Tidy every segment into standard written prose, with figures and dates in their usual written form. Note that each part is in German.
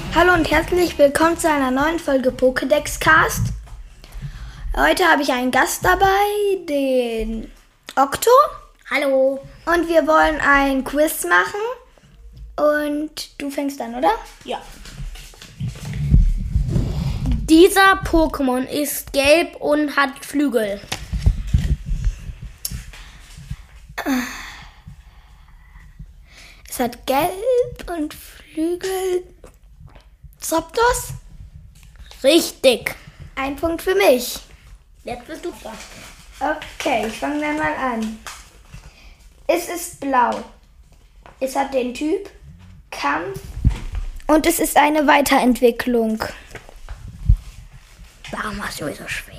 Hallo und herzlich willkommen zu einer neuen Folge Pokédex Cast. Heute habe ich einen Gast dabei, den Okto. Hallo. Und wir wollen ein Quiz machen. Und du fängst an, oder? Ja. Dieser Pokémon ist gelb und hat Flügel. Es hat gelb und Flügel. Zapdos? Richtig. Ein Punkt für mich. Jetzt bist du dran. Okay, ich fange dann mal an. Es ist blau. Es hat den Typ Kampf. Und es ist eine Weiterentwicklung. Warum hast du mich so schwer?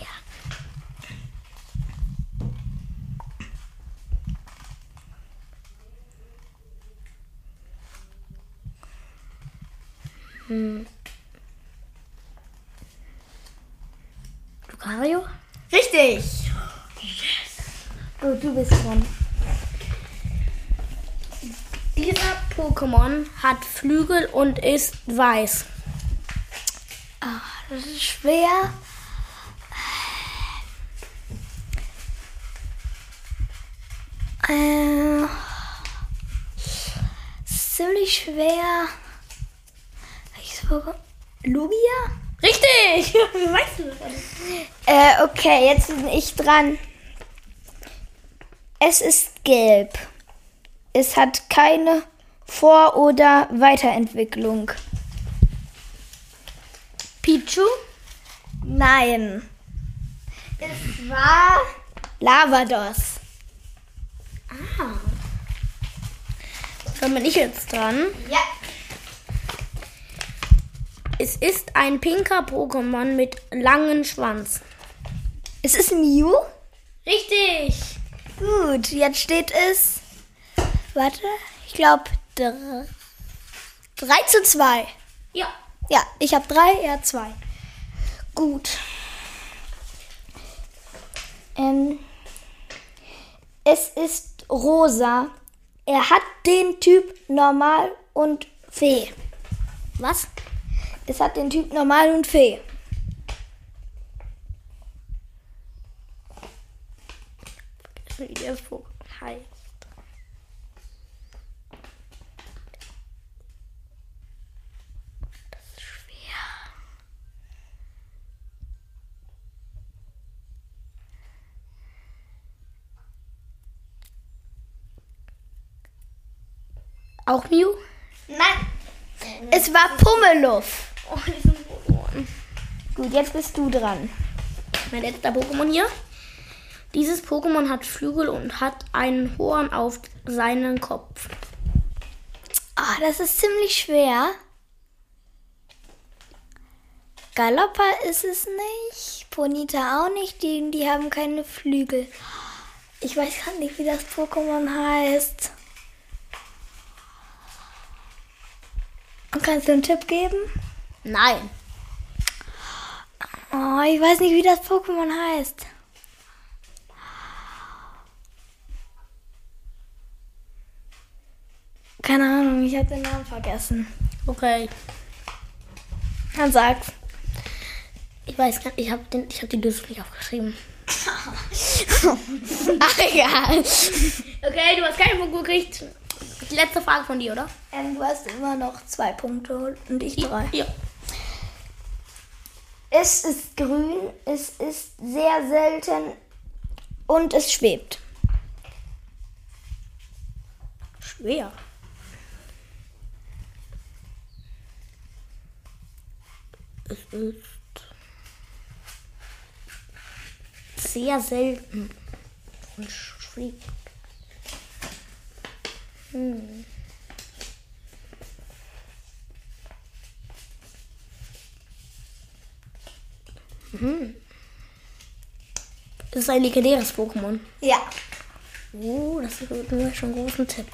Lucario? Richtig. Gut, du bist dran. Dieser Pokémon hat Flügel und ist weiß. Das ist schwer. Ziemlich schwer. Lugia? Richtig! Wie weißt du das alles? Okay, jetzt bin ich dran. Es ist gelb. Es hat keine Vor- oder Weiterentwicklung. Pichu? Nein. Es war Lavados. Dann bin ich jetzt dran. Ja. Es ist ein pinker Pokémon mit langem Schwanz. Es ist Mew. Richtig! Gut, jetzt steht es. Warte, ich glaube 3:2. Ja. Ja, ich habe 3, er hat 2. Gut. Es ist rosa. Er hat den Typ Normal und Fee. Was? Es hat den Typ Normal und Fee. Wie der Vogel heißt. Das ist schwer. Auch Mew? Nein. Es war Pummeluff. Oh, diesen Pokémon. Gut, jetzt bist du dran. Mein letzter Pokémon hier. Dieses Pokémon hat Flügel und hat ein Horn auf seinem Kopf. Das ist ziemlich schwer. Galoppa ist es nicht. Ponita auch nicht. Die haben keine Flügel. Ich weiß gar nicht, wie das Pokémon heißt. Und kannst du einen Tipp geben? Nein. Ich weiß nicht, wie das Pokémon heißt. Keine Ahnung, ich habe den Namen vergessen. Okay. Dann sag's. Ich weiß gar nicht, ich hab die Lösung nicht aufgeschrieben. Ach, egal. Okay, du hast keinen Punkt gekriegt. Die letzte Frage von dir, oder? Du hast immer noch 2 Punkte und ich 3. Ja. Es ist grün, es ist sehr selten und es schwebt. Schwer. Es ist sehr selten und schwierig. Es ist ein legendäres Pokémon. Ja. Oh, das ist mir schon einen großen Tipp.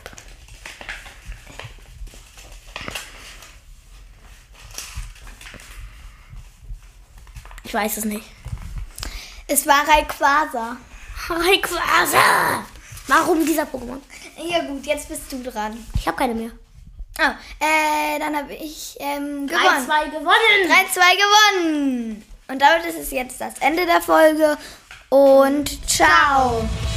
Ich weiß es nicht. Es war Rayquaza. Rayquaza! Warum dieser Pokémon? Ja gut, jetzt bist du dran. Ich habe keine mehr. Dann habe ich gewonnen. 3-2 gewonnen. 3-2 gewonnen. Und damit ist es jetzt das Ende der Folge. Und ciao.